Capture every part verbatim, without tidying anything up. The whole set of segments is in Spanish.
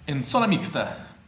En zona mixta.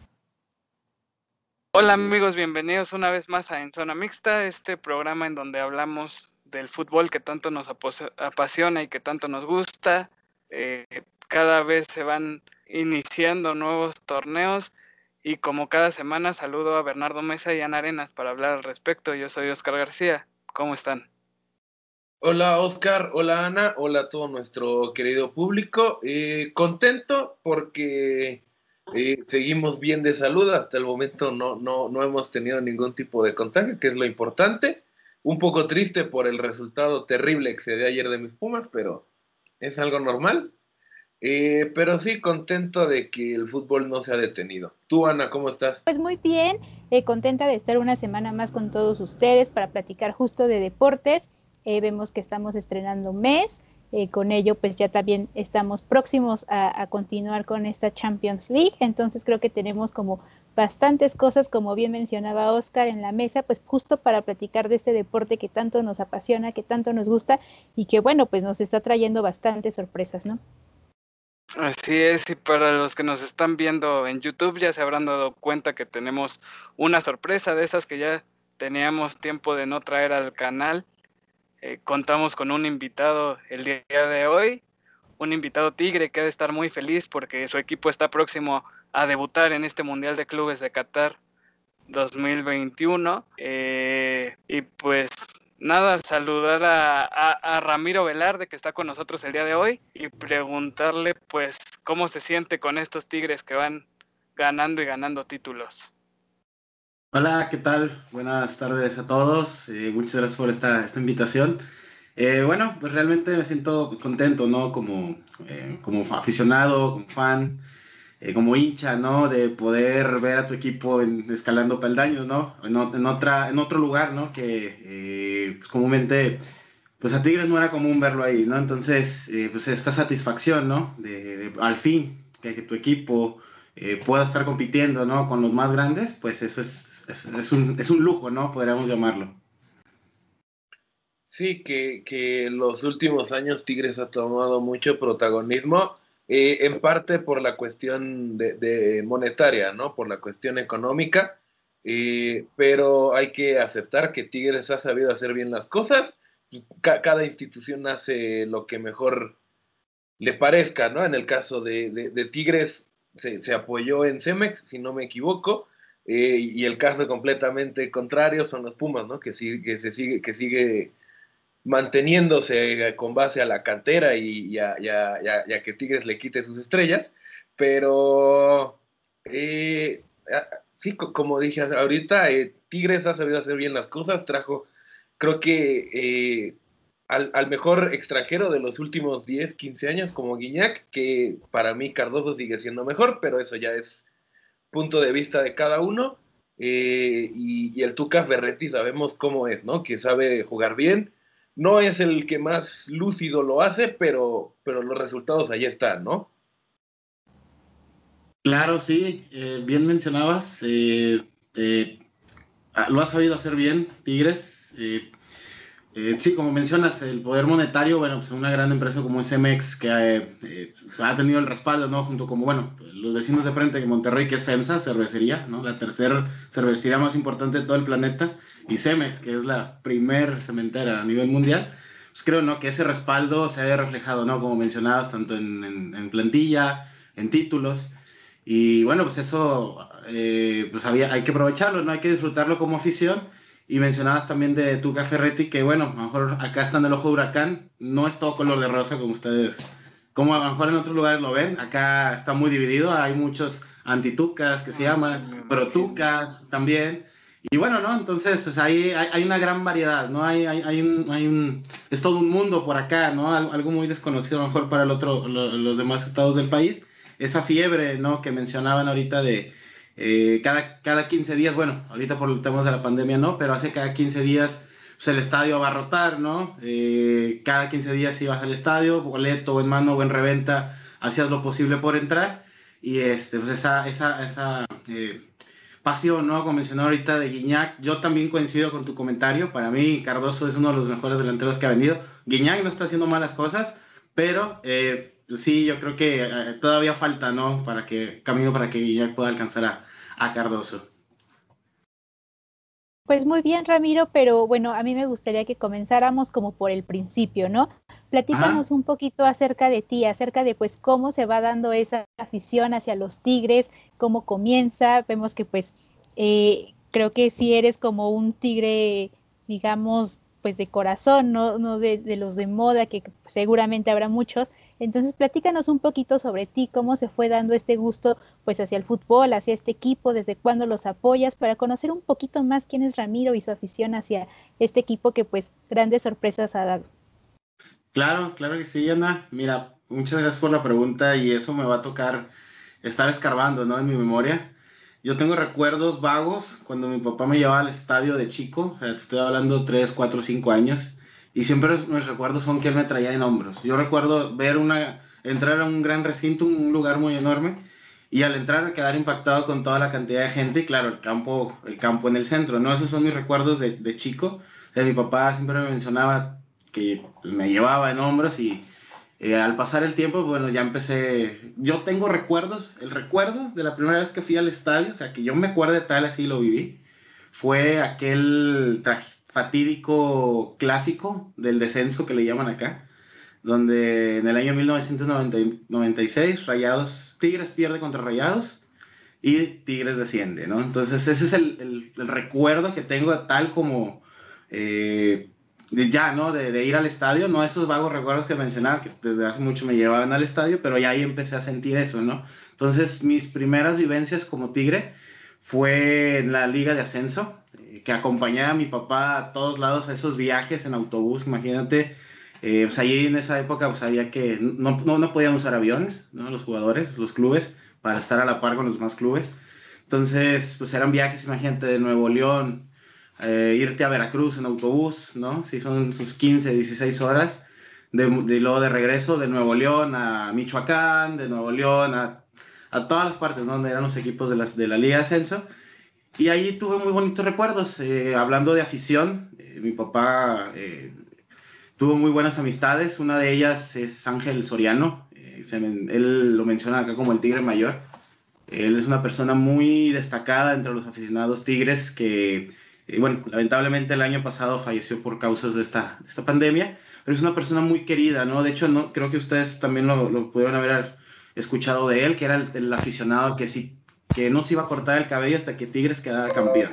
Hola amigos, bienvenidos una vez más a En Zona Mixta, este programa en donde hablamos del fútbol que tanto nos apasiona y que tanto nos gusta. Eh, cada vez se van iniciando nuevos torneos y como cada semana saludo a Bernardo Mesa y Ana Arenas para hablar al respecto. Yo soy Oscar García, ¿cómo están? Hola Oscar, hola Ana, hola a todo nuestro querido público. Eh, contento porque eh, seguimos bien de salud. Hasta el momento no, no, no hemos tenido ningún tipo de contagio, que es lo importante. Un poco triste por el resultado terrible que se dio ayer de mis Pumas, pero es algo normal. Eh, pero sí contento de que el fútbol no se ha detenido. Tú, Ana, ¿cómo estás? Pues muy bien, eh, contenta de estar una semana más con todos ustedes para platicar justo de deportes. Eh, vemos que estamos estrenando mes, eh, con ello pues ya también estamos próximos a, a continuar con esta Champions League, entonces creo que tenemos como bastantes cosas, como bien mencionaba Oscar, en la mesa, pues justo para platicar de este deporte que tanto nos apasiona, que tanto nos gusta y que bueno, pues nos está trayendo bastantes sorpresas, ¿no? Así es, y para los que nos están viendo en YouTube ya se habrán dado cuenta que tenemos una sorpresa de esas que ya teníamos tiempo de no traer al canal. Eh, contamos con un invitado el día de hoy, un invitado tigre que ha de estar muy feliz porque su equipo está próximo a debutar en este Mundial de Clubes de Qatar dos mil veintiuno. Eh, y pues nada, saludar a, a, a Ramiro Velarde que está con nosotros el día de hoy y preguntarle pues cómo se siente con estos tigres que van ganando y ganando títulos. Hola, ¿qué tal? Buenas tardes a todos. Eh, muchas gracias por esta, esta invitación. Eh, bueno, pues realmente me siento contento, ¿no? Como, eh, como aficionado, como fan, eh, como hincha, ¿no? De poder ver a tu equipo en- escalando peldaños, ¿no? En, o- en otra, en otro lugar, ¿no? Que eh, pues comúnmente, pues a Tigres no era común verlo ahí, ¿no? Entonces, eh, pues esta satisfacción, ¿no? De, de- al fin, que, que tu equipo eh, pueda estar compitiendo, ¿no? Con los más grandes, pues eso es, es, es un, es un lujo, ¿no? Podríamos llamarlo. Sí, que, que en los últimos años Tigres ha tomado mucho protagonismo, eh, en parte por la cuestión de, de monetaria, ¿no? Por la cuestión económica, eh, pero hay que aceptar que Tigres ha sabido hacer bien las cosas. Pues, ca- cada institución hace lo que mejor le parezca, ¿no? En el caso de, de, de Tigres se, se, apoyó en Cemex, si no me equivoco, eh, y el caso completamente contrario son los Pumas, ¿no? Que, sí, que se sigue, que sigue manteniéndose con base a la cantera y, y, a, y, a, y, a, y a que Tigres le quite sus estrellas, pero eh, sí, como dije ahorita, eh, Tigres ha sabido hacer bien las cosas, trajo, creo que eh, al, al, mejor extranjero de los últimos diez, quince años como Guiñac, que para mí Cardoso sigue siendo mejor, pero eso ya es punto de vista de cada uno, eh, y, y el Tuca Ferretti sabemos cómo es, ¿no? Que sabe jugar bien, no es el que más lúcido lo hace, pero, pero los resultados ahí están, ¿no? Claro, sí, eh, bien mencionabas, eh, eh, ah, lo has sabido hacer bien, Tigres. Eh, eh, sí, como mencionas, el poder monetario, bueno, pues una gran empresa como es Cemex, que eh, eh, ha tenido el respaldo, ¿no? Junto con, bueno, los vecinos de frente de Monterrey, que es FEMSA, cervecería, ¿no? La tercera cervecería más importante de todo el planeta, y Cemex, que es la primer cementera a nivel mundial. Pues creo, ¿no? Que ese respaldo se haya reflejado, ¿no? Como mencionabas, tanto en, en, en plantilla, en títulos. Y bueno, pues eso, eh, pues había, hay que aprovecharlo, ¿no? Hay que disfrutarlo como afición. Y mencionabas también de Tuca Ferretti, que bueno, a lo mejor acá está en el ojo de huracán, no es todo color de rosa como ustedes, como a lo mejor en otros lugares lo ven, acá está muy dividido, hay muchos antitucas que se Ah, sí, llaman, me pero imagino. tucas también. Y bueno, ¿no? Entonces, pues ahí hay, hay una gran variedad, ¿no? Hay, hay, hay, un, hay un, es todo un mundo por acá, ¿no? Algo, algo muy desconocido a lo mejor para el otro, lo, los demás estados del país. Esa fiebre, ¿no? Que mencionaban ahorita de eh, cada, cada quince días, bueno, ahorita por los temas de la pandemia no, pero hace cada quince días pues, el estadio a abarrotar, ¿no? Eh, cada quince días ibas al estadio, boleto en mano o en reventa, hacías lo posible por entrar y este, pues esa, esa, esa eh, pasión, ¿no? Como mencionó ahorita de Guiñac, yo también coincido con tu comentario, para mí Cardoso es uno de los mejores delanteros que ha venido, Guiñac no está haciendo malas cosas, pero... Eh, pues sí, yo creo que eh, todavía falta, ¿no? Para que, camino para que Guiñac pueda alcanzar a, a Cardoso. Pues muy bien, Ramiro, pero bueno, a mí me gustaría que comenzáramos como por el principio, ¿no? Ajá. Platícanos un poquito acerca de ti, acerca de pues cómo se va dando esa afición hacia los Tigres, cómo comienza. Vemos que pues eh, creo que sí eres como un tigre, digamos, pues de corazón, no, no de, de los de moda, que seguramente habrá muchos. Entonces, platícanos un poquito sobre ti, cómo se fue dando este gusto pues hacia el fútbol, hacia este equipo, desde cuándo los apoyas, para conocer un poquito más quién es Ramiro y su afición hacia este equipo que pues grandes sorpresas ha dado. Claro, claro que sí, Ana. Mira, muchas gracias por la pregunta y eso me va a tocar estar escarbando, ¿no? En mi memoria. Yo tengo recuerdos vagos cuando mi papá me llevaba al estadio de chico, o sea, te estoy hablando tres, cuatro, cinco años, y siempre mis recuerdos son que él me traía en hombros. Yo recuerdo ver una, entrar a un gran recinto, un lugar muy enorme, y al entrar quedar impactado con toda la cantidad de gente y claro, el campo, el campo en el centro, ¿no? Esos son mis recuerdos de, de chico. O sea, mi papá siempre me mencionaba que me llevaba en hombros y eh, al pasar el tiempo, bueno, ya empecé, yo tengo recuerdos, el recuerdo de la primera vez que fui al estadio, o sea, que yo me acuerdo tal, así lo viví, fue aquel fatídico clásico del descenso que le llaman acá, donde en el año mil novecientos noventa y seis Rayados, Tigres pierde contra Rayados y Tigres desciende, ¿no? Entonces ese es el, el, el recuerdo que tengo tal como eh, de ya, ¿no? De, de ir al estadio, no esos vagos recuerdos que mencionaba, que desde hace mucho me llevaban al estadio, pero ya ahí empecé a sentir eso, ¿no? Entonces mis primeras vivencias como Tigre fue en la Liga de Ascenso, eh, que acompañé a mi papá a todos lados a esos viajes en autobús, imagínate. Eh, pues ahí en esa época pues había que, no, no, no podían usar aviones, ¿no? Los jugadores, los clubes, para estar a la par con los demás clubes. Entonces, pues eran viajes, imagínate, de Nuevo León, eh, irte a Veracruz en autobús, ¿no? Si son sus quince, dieciséis horas, de, de luego de regreso de Nuevo León a Michoacán, de Nuevo León a, a todas las partes, ¿no? Donde eran los equipos de, las, de la Liga de Ascenso. Y ahí tuve muy bonitos recuerdos. Eh, hablando de afición, eh, mi papá eh, tuvo muy buenas amistades. Una de ellas es Ángel Soriano. Eh, se, él lo menciona acá como el Tigre Mayor. Él es una persona muy destacada entre los aficionados tigres que, eh, bueno, lamentablemente el año pasado falleció por causas de esta, de esta pandemia, pero es una persona muy querida, ¿no? De hecho, no, creo que ustedes también lo, lo pudieron haber escuchado de él, que era el, el aficionado que, sí, que no se iba a cortar el cabello hasta que Tigres quedara campeón.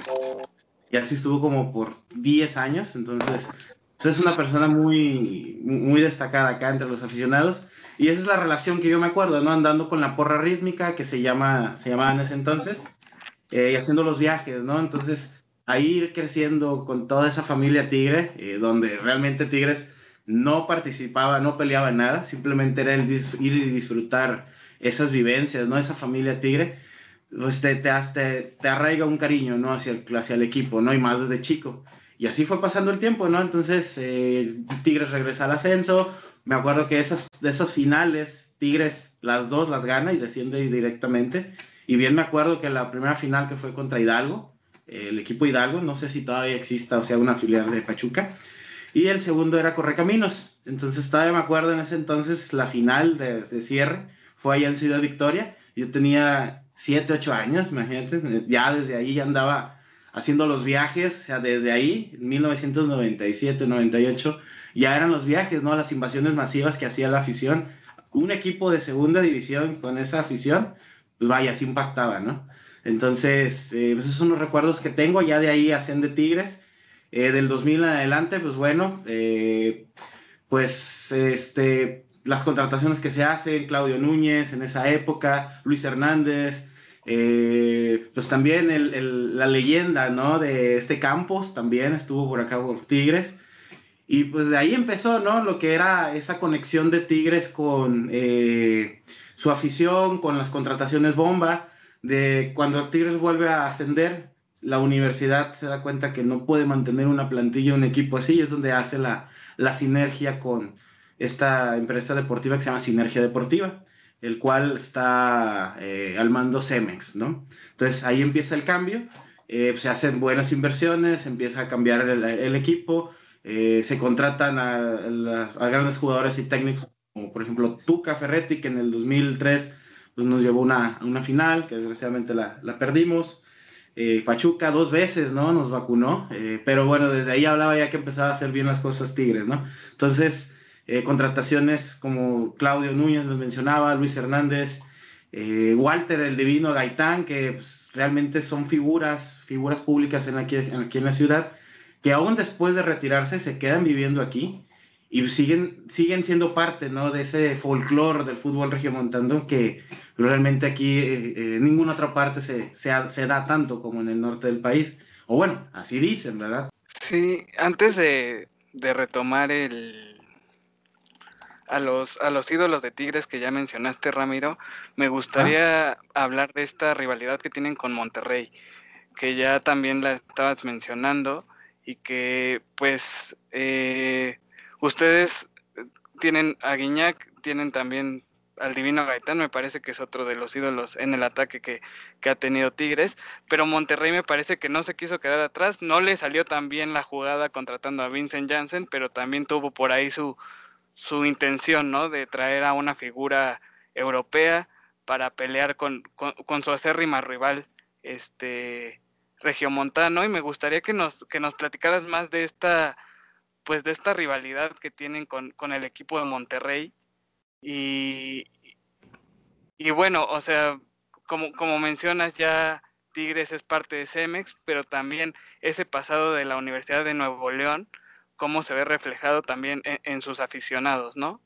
Y así estuvo como por diez años, entonces pues es una persona muy, muy destacada acá entre los aficionados. Y esa es la relación que yo me acuerdo, ¿no? Andando con la porra rítmica, que se, llama, se llamaba en ese entonces, eh, y haciendo los viajes, ¿no? Entonces, ahí ir creciendo con toda esa familia Tigre, eh, donde realmente Tigres no participaba, no peleaba en nada, simplemente era el ir y disfrutar esas vivencias, ¿no? Esa familia Tigre, pues te, te, te, te arraiga un cariño, ¿no? Hacia el, hacia el equipo, ¿no? Y más desde chico. Y así fue pasando el tiempo, ¿no? Entonces, eh, Tigres regresa al ascenso. Me acuerdo que esas, de esas finales, Tigres las dos las gana y desciende directamente. Y bien me acuerdo que la primera final que fue contra Hidalgo, eh, el equipo Hidalgo, no sé si todavía exista, o sea, una filial de Pachuca. Y el segundo era Correcaminos. Entonces, todavía me acuerdo en ese entonces, la final de, de cierre fue allá en Ciudad Victoria. Yo tenía siete, ocho años, imagínate. Ya desde ahí ya andaba haciendo los viajes, o sea, desde ahí, en mil novecientos noventa y siete, noventa y ocho, ya eran los viajes, ¿no? Las invasiones masivas que hacía la afición. Un equipo de segunda división con esa afición, pues vaya, sí impactaba, ¿no? Entonces, eh, pues esos son los recuerdos que tengo. Ya de ahí hacen de Tigres. Eh, del dos mil en adelante, pues bueno, eh, pues este, las contrataciones que se hacen, Claudio Núñez en esa época, Luis Hernández, eh, pues también el, el, la leyenda, ¿no? De este Campos también estuvo por acá por Tigres. Y pues de ahí empezó, ¿no? Lo que era esa conexión de Tigres con eh, su afición, con las contrataciones bomba, de cuando Tigres vuelve a ascender, la universidad se da cuenta que no puede mantener una plantilla, un equipo así, y es donde hace la, la sinergia con esta empresa deportiva que se llama Sinergia Deportiva, el cual está eh, al mando Cemex, ¿no? Entonces ahí empieza el cambio, eh, se hacen buenas inversiones, empieza a cambiar el, el equipo, eh, se contratan a, a, a grandes jugadores y técnicos como por ejemplo Tuca Ferretti, que en el dos mil tres pues, nos llevó una, una final, que desgraciadamente la, la perdimos. Eh, Pachuca dos veces, ¿no? Nos vacunó, eh, pero bueno, desde ahí hablaba ya que empezaba a hacer bien las cosas Tigres, ¿no? Entonces, eh, contrataciones como Claudio Núñez, los mencionaba, Luis Hernández, eh, Walter el Divino Gaitán, que pues, realmente son figuras, figuras públicas en aquí, en aquí en la ciudad, que aún después de retirarse se quedan viviendo aquí y siguen, siguen siendo parte, ¿no? De ese folclore del fútbol regiomontano que realmente aquí eh, eh, en ninguna otra parte se, se, se da tanto como en el norte del país. O bueno, así dicen, ¿verdad? Sí, antes de, de retomar el, a los, a los ídolos de Tigres que ya mencionaste, Ramiro, me gustaría ¿Ah? hablar de esta rivalidad que tienen con Monterrey, que ya también la estabas mencionando y que pues eh, ustedes tienen a Guiñac, tienen también al Divino Gaitán, me parece que es otro de los ídolos en el ataque que, que ha tenido Tigres, pero Monterrey me parece que no se quiso quedar atrás, no le salió tan bien la jugada contratando a Vincent Janssen, pero también tuvo por ahí su, su intención, ¿no? De traer a una figura europea para pelear con, con, con su acérrima rival, este regiomontano, y me gustaría que nos, que nos platicaras más de esta, pues de esta rivalidad que tienen con, con el equipo de Monterrey. Y, y bueno, o sea, como, como mencionas, ya Tigres es parte de Cemex, pero también ese pasado de la Universidad de Nuevo León, cómo se ve reflejado también en, en sus aficionados, ¿no?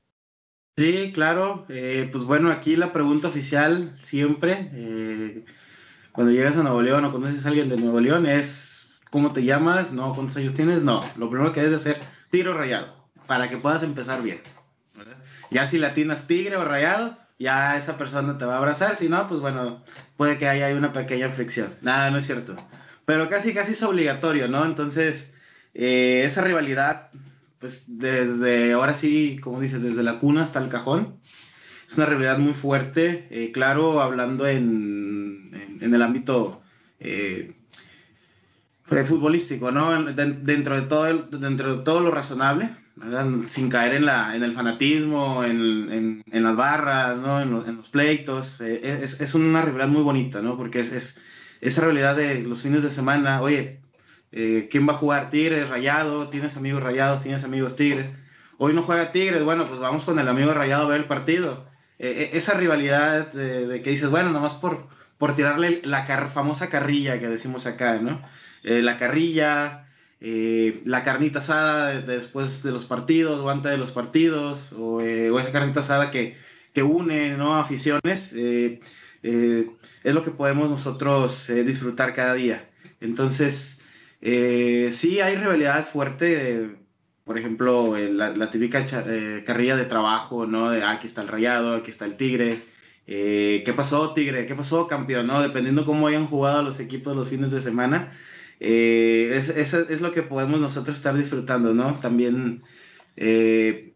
Sí, claro. Eh, pues bueno, aquí la pregunta oficial siempre, eh, cuando llegas a Nuevo León o conoces a alguien de Nuevo León, es ¿cómo te llamas? No, ¿cuántos años tienes? No, lo primero que debes de hacer, Tigre o Rayado, para que puedas empezar bien, ¿verdad? Ya si latinas Tigre o Rayado, ya esa persona te va a abrazar, si no, pues bueno, puede que haya una pequeña fricción. Nada, no es cierto. Pero casi, casi es obligatorio, ¿no? Entonces, eh, esa rivalidad, pues desde, ahora sí, como dices, desde la cuna hasta el cajón, es una rivalidad muy fuerte, eh, claro, hablando en, en, en el ámbito eh, futbolístico, ¿no? De, dentro, de todo el, dentro de todo lo razonable, ¿verdad? Sin caer en, la, en el fanatismo, en, en, en las barras, ¿no? En, lo, en los pleitos. Eh, es, es una rivalidad muy bonita, ¿no? Porque es, es esa rivalidad de los fines de semana, oye, eh, ¿quién va a jugar? Tigres, Rayado, tienes amigos Rayados, tienes amigos Tigres. Hoy no juega Tigres, bueno, pues vamos con el amigo Rayado a ver el partido. Eh, esa rivalidad de, de que dices, bueno, nomás por, por tirarle la car famosa carrilla que decimos acá, ¿no? Eh, la carrilla, eh, la carnita asada de, de después de los partidos o antes de los partidos, o, eh, o esa carnita asada que, que une, ¿no? Aficiones, eh, eh, es lo que podemos nosotros eh, disfrutar cada día. Entonces, eh, sí hay rivalidades fuertes, eh, por ejemplo, eh, la, la típica eh, carrilla de trabajo, ¿no? De ah, aquí está el Rayado, aquí está el Tigre. Eh, ¿Qué pasó, Tigre? ¿Qué pasó, campeón? ¿No? Dependiendo cómo hayan jugado los equipos los fines de semana, eh, es, es, es, lo que podemos nosotros estar disfrutando, ¿no? También, eh,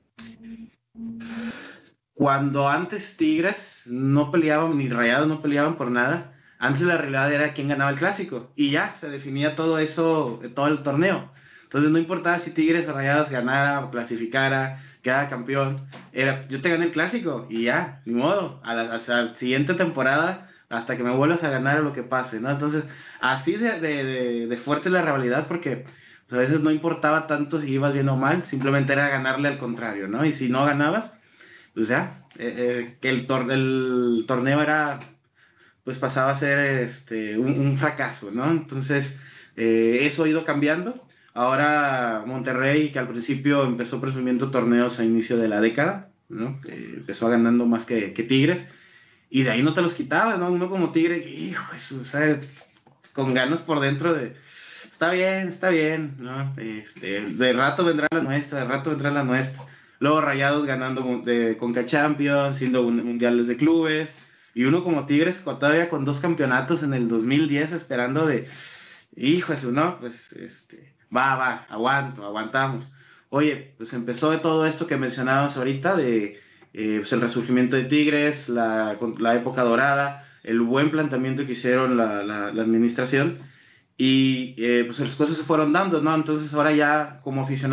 cuando antes Tigres no peleaban, ni Rayados no peleaban por nada, antes la realidad era quién ganaba el clásico, y ya, se definía todo eso, todo el torneo. Entonces no importaba si Tigres o Rayados ganara o clasificara, quedara campeón, era, yo te gané el clásico, y ya, ni modo, a la, hasta la siguiente temporada, hasta que me vuelvas a ganar o lo que pase, ¿no? Entonces, así de, de, de, de fuerte la rivalidad, porque pues, a veces no importaba tanto si ibas bien o mal, simplemente era ganarle al contrario, ¿no? Y si no ganabas, pues ya, eh, eh, que el, tor el torneo era, pues pasaba a ser este, un, un fracaso, ¿no? Entonces, eh, eso ha ido cambiando. Ahora Monterrey, que al principio empezó presumiendo torneos a inicio de la década, ¿no? Eh, empezó ganando más que, que Tigres, y de ahí no te los quitabas, ¿no? Uno como Tigre, hijo, eso, o sea, con ganas por dentro de, está bien, está bien, ¿no? Este, de rato vendrá la nuestra, de rato vendrá la nuestra. Luego Rayados ganando de Conca Champions, siendo un, mundiales de clubes, y uno como Tigres con, todavía con dos campeonatos en el dos mil diez esperando de, hijo eso, ¿no? Pues, este, va, va, aguanto, aguantamos. Oye, pues empezó de todo esto que mencionabas ahorita, de eh, pues el resurgimiento de Tigres, la, la época dorada, el buen planteamiento que hicieron la, la, la administración, y eh, pues las cosas se fueron dando, ¿no? Entonces ahora ya como aficionado,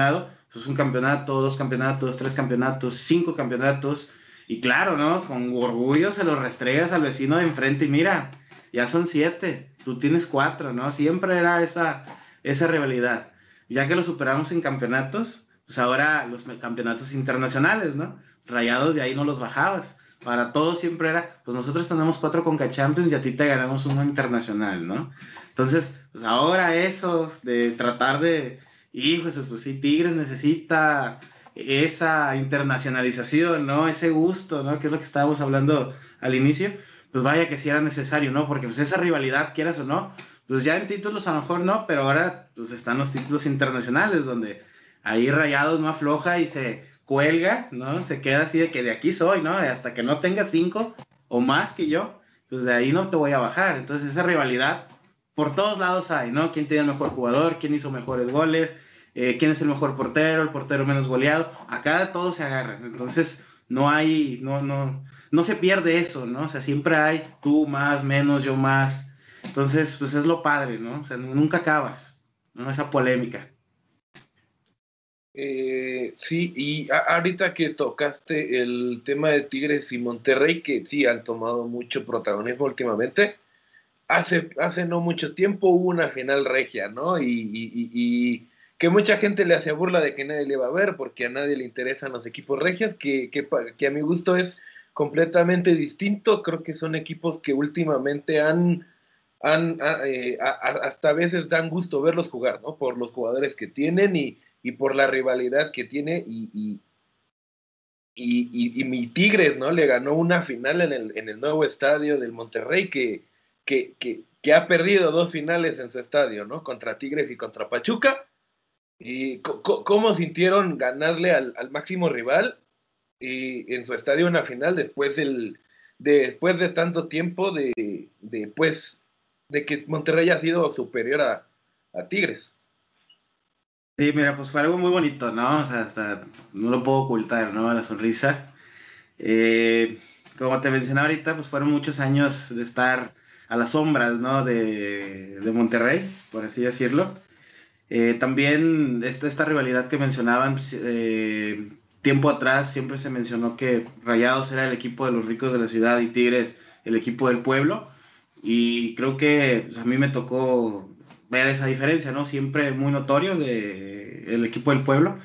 pues un campeonato, dos campeonatos, tres campeonatos, cinco campeonatos, y claro, ¿no? Con orgullo se lo restregas al vecino de enfrente y mira, ya son siete, tú tienes cuatro, ¿no? Siempre era esa, esa rivalidad. Ya que lo superamos en campeonatos, pues ahora los campeonatos internacionales, ¿no? Rayados de ahí no los bajabas. Para todos siempre era, pues nosotros tenemos cuatro Conca Champions y a ti te ganamos uno internacional, ¿no? Entonces, pues ahora eso de tratar de, hijos, pues sí, Tigres necesita esa internacionalización, ¿no? Ese gusto, ¿no? Que es lo que estábamos hablando al inicio, pues vaya que sí era necesario, ¿no? Porque pues esa rivalidad, quieras o no, pues ya en títulos a lo mejor no, pero ahora pues están los títulos internacionales donde ahí Rayados no afloja y se cuelga, ¿no? Se queda así de que de aquí soy, ¿no? Hasta que no tenga cinco o más que yo, pues de ahí no te voy a bajar. Entonces esa rivalidad por todos lados hay, ¿no? ¿Quién tiene el mejor jugador? ¿Quién hizo mejores goles? Eh, ¿Quién es el mejor portero? ¿El portero menos goleado? Acá todos se agarran. Entonces no hay, no, no, no se pierde eso, ¿no? O sea, siempre hay tú más, menos, yo más. Entonces, pues es lo padre, ¿no? O sea, nunca acabas, ¿no? Esa polémica. Eh, sí, y a- ahorita que tocaste el tema de Tigres y Monterrey, que sí han tomado mucho protagonismo últimamente, hace, hace no mucho tiempo hubo una final regia, ¿no? Y, y- y- y que mucha gente le hacía burla de que nadie le va a ver, porque a nadie le interesan los equipos regios, que, que, pa- que a mi gusto es completamente distinto. Creo que son equipos que últimamente han, han a- eh, a- a- hasta a veces dan gusto verlos jugar, ¿no? Por los jugadores que tienen y, y por la rivalidad que tiene y, y, y, y, y mi Tigres, ¿no? Le ganó una final en el, en el nuevo estadio del Monterrey que, que, que, que ha perdido dos finales en su estadio, ¿no? Contra Tigres y contra Pachuca. ¿Y cómo sintieron ganarle al, al máximo rival y en su estadio una final después del, de, después de tanto tiempo de, de, pues, de que Monterrey ha sido superior a, a Tigres? Sí, mira, pues fue algo muy bonito, ¿no? O sea, hasta no lo puedo ocultar, ¿no? La sonrisa. Eh, Como te mencionaba ahorita, pues fueron muchos años de estar a las sombras, ¿no? De, de Monterrey, por así decirlo. Eh, también esta, esta rivalidad que mencionaban, pues, eh, tiempo atrás siempre se mencionó que Rayados era el equipo de los ricos de la ciudad y Tigres el equipo del pueblo. Y creo que pues, a mí me tocó ver esa diferencia, ¿no? Siempre muy notorio de el equipo del pueblo.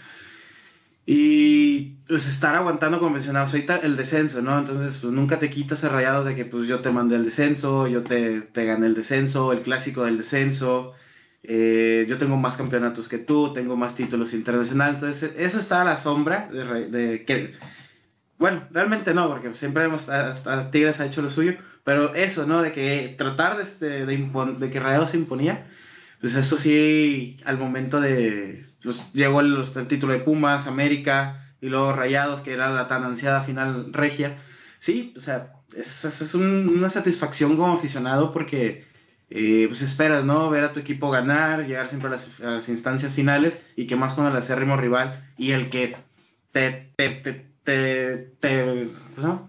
Y pues estar aguantando, como mencionabas ahorita, el descenso, ¿no? Entonces, pues nunca te quitas a Rayados de que pues yo te mandé el descenso, yo te, te gané el descenso, el clásico del descenso, eh, yo tengo más campeonatos que tú, tengo más títulos internacionales. Entonces, eso está a la sombra de, Ra- de que, bueno, realmente no, porque siempre hemos, hasta Tigres ha hecho lo suyo, pero eso, ¿no? De que tratar de, este- de, impon- de que Rayados se imponía. Pues eso sí, al momento de, pues llegó el, el título de Pumas, América y luego Rayados, que era la tan ansiada final regia. Sí, o sea, es, es, es un- una satisfacción como aficionado porque eh, pues esperas, ¿no? Ver a tu equipo ganar, llegar siempre a las, a las instancias finales y que más con el acérrimo rival y el que te, te, te, te, te, pues, ¿no?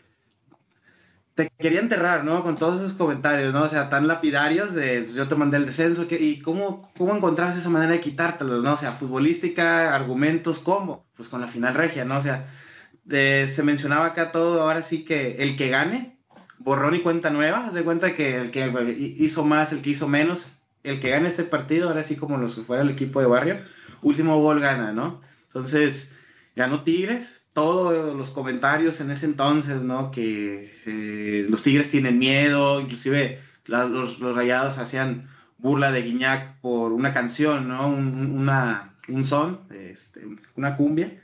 Te quería enterrar, ¿no? Con todos esos comentarios, ¿no? O sea, tan lapidarios de yo te mandé el descenso, que, y cómo, cómo encontrabas esa manera de quitártelos, ¿no? O sea, futbolística, argumentos, ¿cómo? Pues con la final regia, ¿no? O sea, de- se mencionaba acá todo, ahora sí que el que gane, borrón y cuenta nueva, haz de cuenta que el que hizo más, el que hizo menos, el que gane este partido, ahora sí como los que fuera el equipo de barrio, último gol gana, ¿no? Entonces, ganó Tigres, todos los comentarios en ese entonces, ¿no? Que eh, los Tigres tienen miedo, inclusive la- los, los Rayados hacían burla de Guiñac por una canción, ¿no? Un, una, un son, este, una cumbia.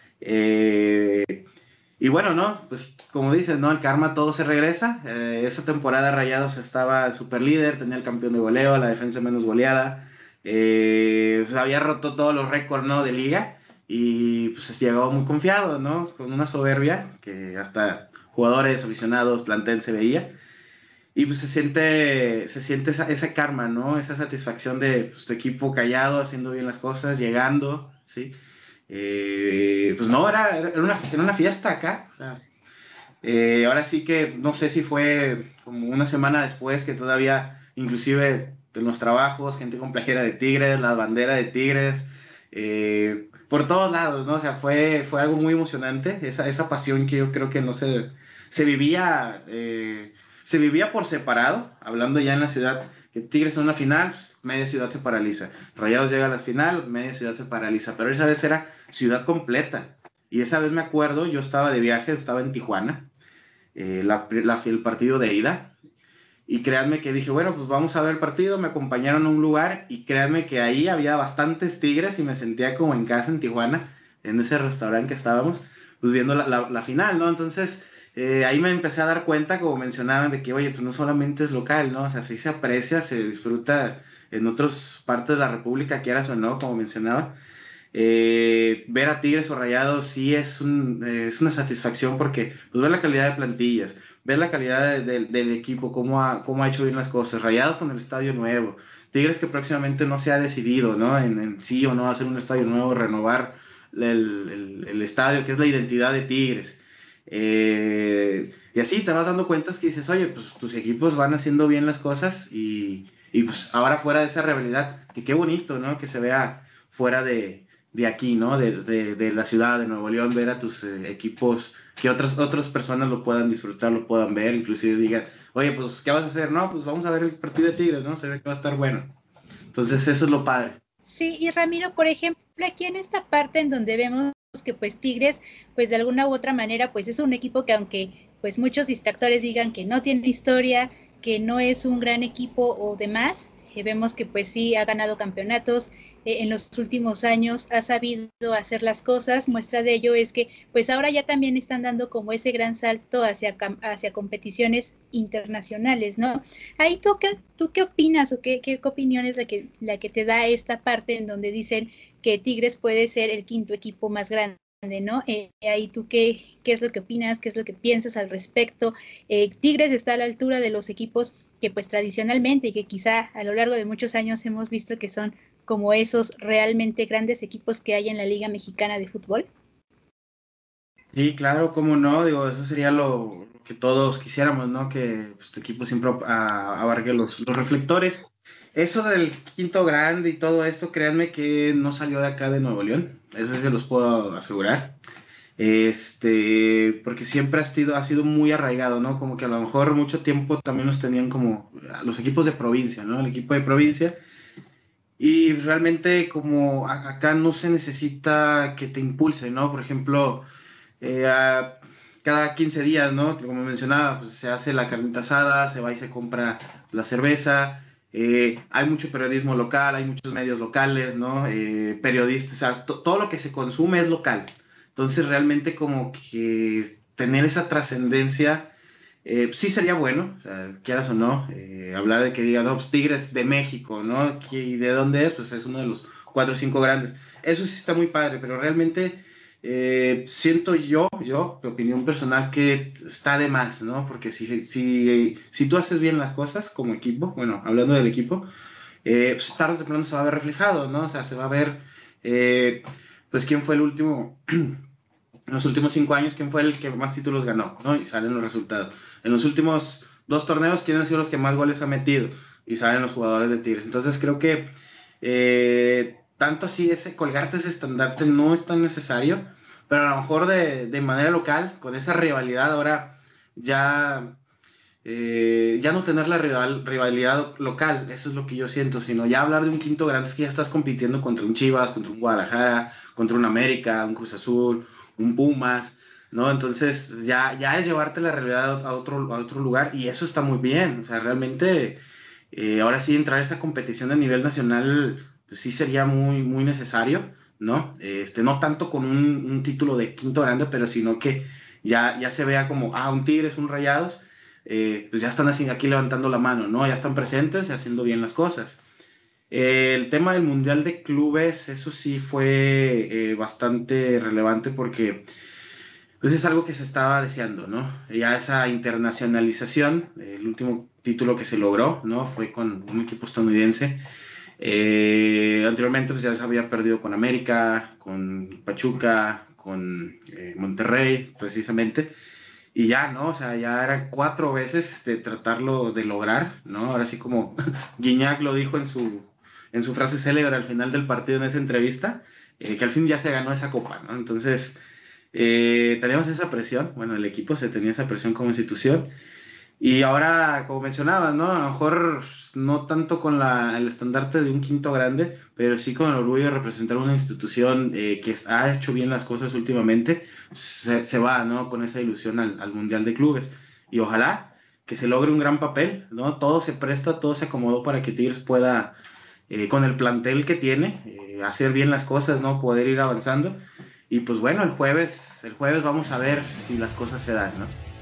Eh, y bueno, ¿no? Pues como dices, ¿no? El karma todo se regresa. Eh, esa temporada Rayados estaba super líder, tenía el campeón de goleo, la defensa menos goleada. Eh, pues, había roto todos los récords, ¿no? De liga. Y pues llegó muy confiado, ¿no? Con una soberbia que hasta jugadores, aficionados, plantel se veía. Y pues se siente, se siente esa, esa karma, ¿no? Esa satisfacción de pues, tu equipo callado, haciendo bien las cosas, llegando, ¿sí? Eh, pues no, era, era, una, era una fiesta acá. O sea, eh, ahora sí que no sé si fue como una semana después que todavía, inclusive en los trabajos, gente con playera de Tigres, la bandera de Tigres, eh, por todos lados, ¿no? O sea, fue, fue algo muy emocionante, esa, esa pasión que yo creo que no se, se vivía, eh, se vivía por separado, hablando ya en la ciudad, que Tigres en una final, media ciudad se paraliza, Rayados llega a la final, media ciudad se paraliza, pero esa vez era ciudad completa, y esa vez me acuerdo, yo estaba de viaje, estaba en Tijuana, eh, la, la, el partido de ida, y créanme que dije, bueno, pues vamos a ver el partido, me acompañaron a un lugar y créanme que ahí había bastantes Tigres y me sentía como en casa en Tijuana, en ese restaurante que estábamos, pues viendo la, la, la final, ¿no? Entonces, eh, ahí me empecé a dar cuenta, como mencionaban, de que, oye, pues no solamente es local, ¿no? O sea, sí se aprecia, se disfruta en otras partes de la República, quieras o no, como mencionaba. Eh, ver a Tigres o Rayados sí es, un, eh, es una satisfacción porque pues, ver la calidad de plantillas, ver la calidad de, de, del equipo, cómo ha, cómo ha hecho bien las cosas, Rayados con el estadio nuevo, Tigres que próximamente no se ha decidido, ¿no? En, en sí o no hacer un estadio nuevo, renovar el, el, el estadio, que es la identidad de Tigres. Eh, y así te vas dando cuentas que dices, oye, pues tus equipos van haciendo bien las cosas y, y pues ahora fuera de esa rivalidad, que qué bonito, ¿no? Que se vea fuera de de aquí, ¿no? De, de, de la ciudad de Nuevo León, ver a tus eh, equipos, que otras, otras personas lo puedan disfrutar, lo puedan ver, inclusive digan, oye, pues, ¿qué vas a hacer? No, pues vamos a ver el partido de Tigres, ¿no? Se ve que va a estar bueno. Entonces, eso es lo padre. Sí, y Ramiro, por ejemplo, aquí en esta parte en donde vemos que pues Tigres, pues de alguna u otra manera, pues es un equipo que aunque pues muchos distractores digan que no tiene historia, que no es un gran equipo o demás, eh, vemos que pues sí ha ganado campeonatos, eh, en los últimos años ha sabido hacer las cosas, muestra de ello es que pues ahora ya también están dando como ese gran salto hacia, hacia competiciones internacionales, ¿no? Ahí tú qué, tú qué opinas o qué, qué, qué opinión es la que, la que te da esta parte en donde dicen que Tigres puede ser el quinto equipo más grande, ¿no? Eh, ahí tú qué, qué es lo que opinas, qué es lo que piensas al respecto. Eh, Tigres está a la altura de los equipos que pues tradicionalmente y que quizá a lo largo de muchos años hemos visto que son como esos realmente grandes equipos que hay en la Liga Mexicana de Fútbol. Sí, claro, cómo no, digo, eso sería lo que todos quisiéramos, ¿no? Que pues, tu equipo siempre a, abarque los, los reflectores. Eso del quinto grande y todo esto, créanme que no salió de acá de Nuevo León, eso sí se los puedo asegurar. Este, porque siempre ha sido, ha sido muy arraigado, ¿no? Como que a lo mejor mucho tiempo también nos tenían como los equipos de provincia, ¿no? El equipo de provincia. Y realmente como a, acá no se necesita que te impulse, ¿no? Por ejemplo, eh, a, cada quince días, ¿no? Como mencionaba, pues se hace la carnita asada, se va y se compra la cerveza. Eh, hay mucho periodismo local, hay muchos medios locales, ¿no? Eh, periodistas, o sea, to, todo lo que se consume es local. Entonces, realmente como que tener esa trascendencia, eh, sí sería bueno, o sea, quieras o no, eh, hablar de que digan, no, pues Tigres de México, ¿no? ¿Y de dónde es? Pues es uno de los cuatro o cinco grandes. Eso sí está muy padre, pero realmente eh, siento yo, yo, de opinión personal, que está de más, ¿no? Porque si, si, si tú haces bien las cosas como equipo, bueno, hablando del equipo, eh, pues tarde o temprano se va a ver reflejado, ¿no? O sea, se va a ver, eh, pues, quién fue el último, en los últimos cinco años, quién fue el que más títulos ganó, ¿no? Y salen los resultados. En los últimos dos torneos, quién han sido los que más goles ha metido, y salen los jugadores de Tigres. Entonces, creo que eh, tanto así ese colgarte ese estandarte no es tan necesario, pero a lo mejor de, de manera local, con esa rivalidad ahora ya eh, ya no tener la rival, rivalidad local, eso es lo que yo siento, sino ya hablar de un quinto grande es que ya estás compitiendo contra un Chivas, contra un Guadalajara, contra un América, un Cruz Azul, un Pumas, ¿no? Entonces ya, ya es llevarte la realidad a otro, a otro lugar y eso está muy bien, o sea, realmente eh, ahora sí entrar a esa competición a nivel nacional, pues sí sería muy, muy necesario, ¿no? Este, no tanto con un, un título de quinto grande, pero sino que ya, ya se vea como, ah, un Tigres, un Rayados, eh, pues ya están así, aquí levantando la mano, ¿no? Ya están presentes y haciendo bien las cosas. Eh, el tema del Mundial de Clubes, eso sí fue eh, bastante relevante porque pues es algo que se estaba deseando, ¿no? Ya esa internacionalización, eh, el último título que se logró, ¿no? Fue con un equipo estadounidense. Eh, anteriormente pues ya se había perdido con América, con Pachuca, con eh, Monterrey, precisamente. Y ya, ¿no? O sea, ya eran cuatro veces de tratarlo de lograr, ¿no? Ahora sí como Guiñac lo dijo en su, en su frase célebre al final del partido en esa entrevista, eh, que al fin ya se ganó esa copa, ¿no? Entonces, eh, teníamos esa presión, bueno, el equipo se tenía esa presión como institución, y ahora, como mencionabas, ¿no? A lo mejor no tanto con la, el estandarte de un quinto grande, pero sí con el orgullo de representar una institución eh, que ha hecho bien las cosas últimamente, se, se va, ¿no? Con esa ilusión al, al Mundial de Clubes. Y ojalá que se logre un gran papel, ¿no? Todo se presta, todo se acomodó para que Tigres pueda, eh, con el plantel que tiene, eh, hacer bien las cosas, ¿no? Poder ir avanzando. Y pues bueno, el jueves, el jueves vamos a ver si las cosas se dan, ¿no?